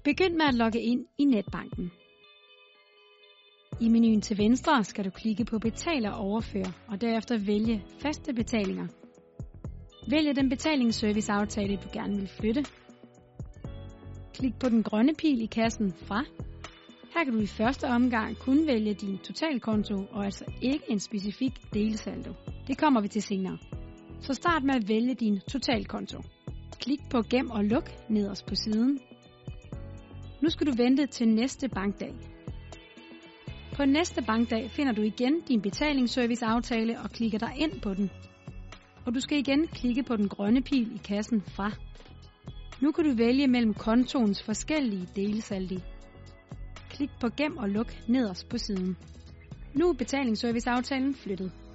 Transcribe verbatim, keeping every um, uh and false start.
Begynd med at logge ind i netbanken. I menuen til venstre skal du klikke på Betal og overfør, og derefter vælge Faste betalinger. Vælg den betalingsserviceaftale, du gerne vil flytte. Klik på den grønne pil i kassen Fra. Her kan du i første omgang kun vælge din totalkonto og altså ikke en specifik delsaldo. Det kommer vi til senere. Så start med at vælge din totalkonto. Klik på Gem og luk nederst på siden. Nu skal du vente til næste bankdag. På næste bankdag finder du igen din betalingsserviceaftale og klikker dig ind på den. Og du skal igen klikke på den grønne pil i kassen Fra. Nu kan du vælge mellem kontoens forskellige delsaldi. Klik på Gem og luk nederst på siden. Nu er betalingsserviceaftalen flyttet.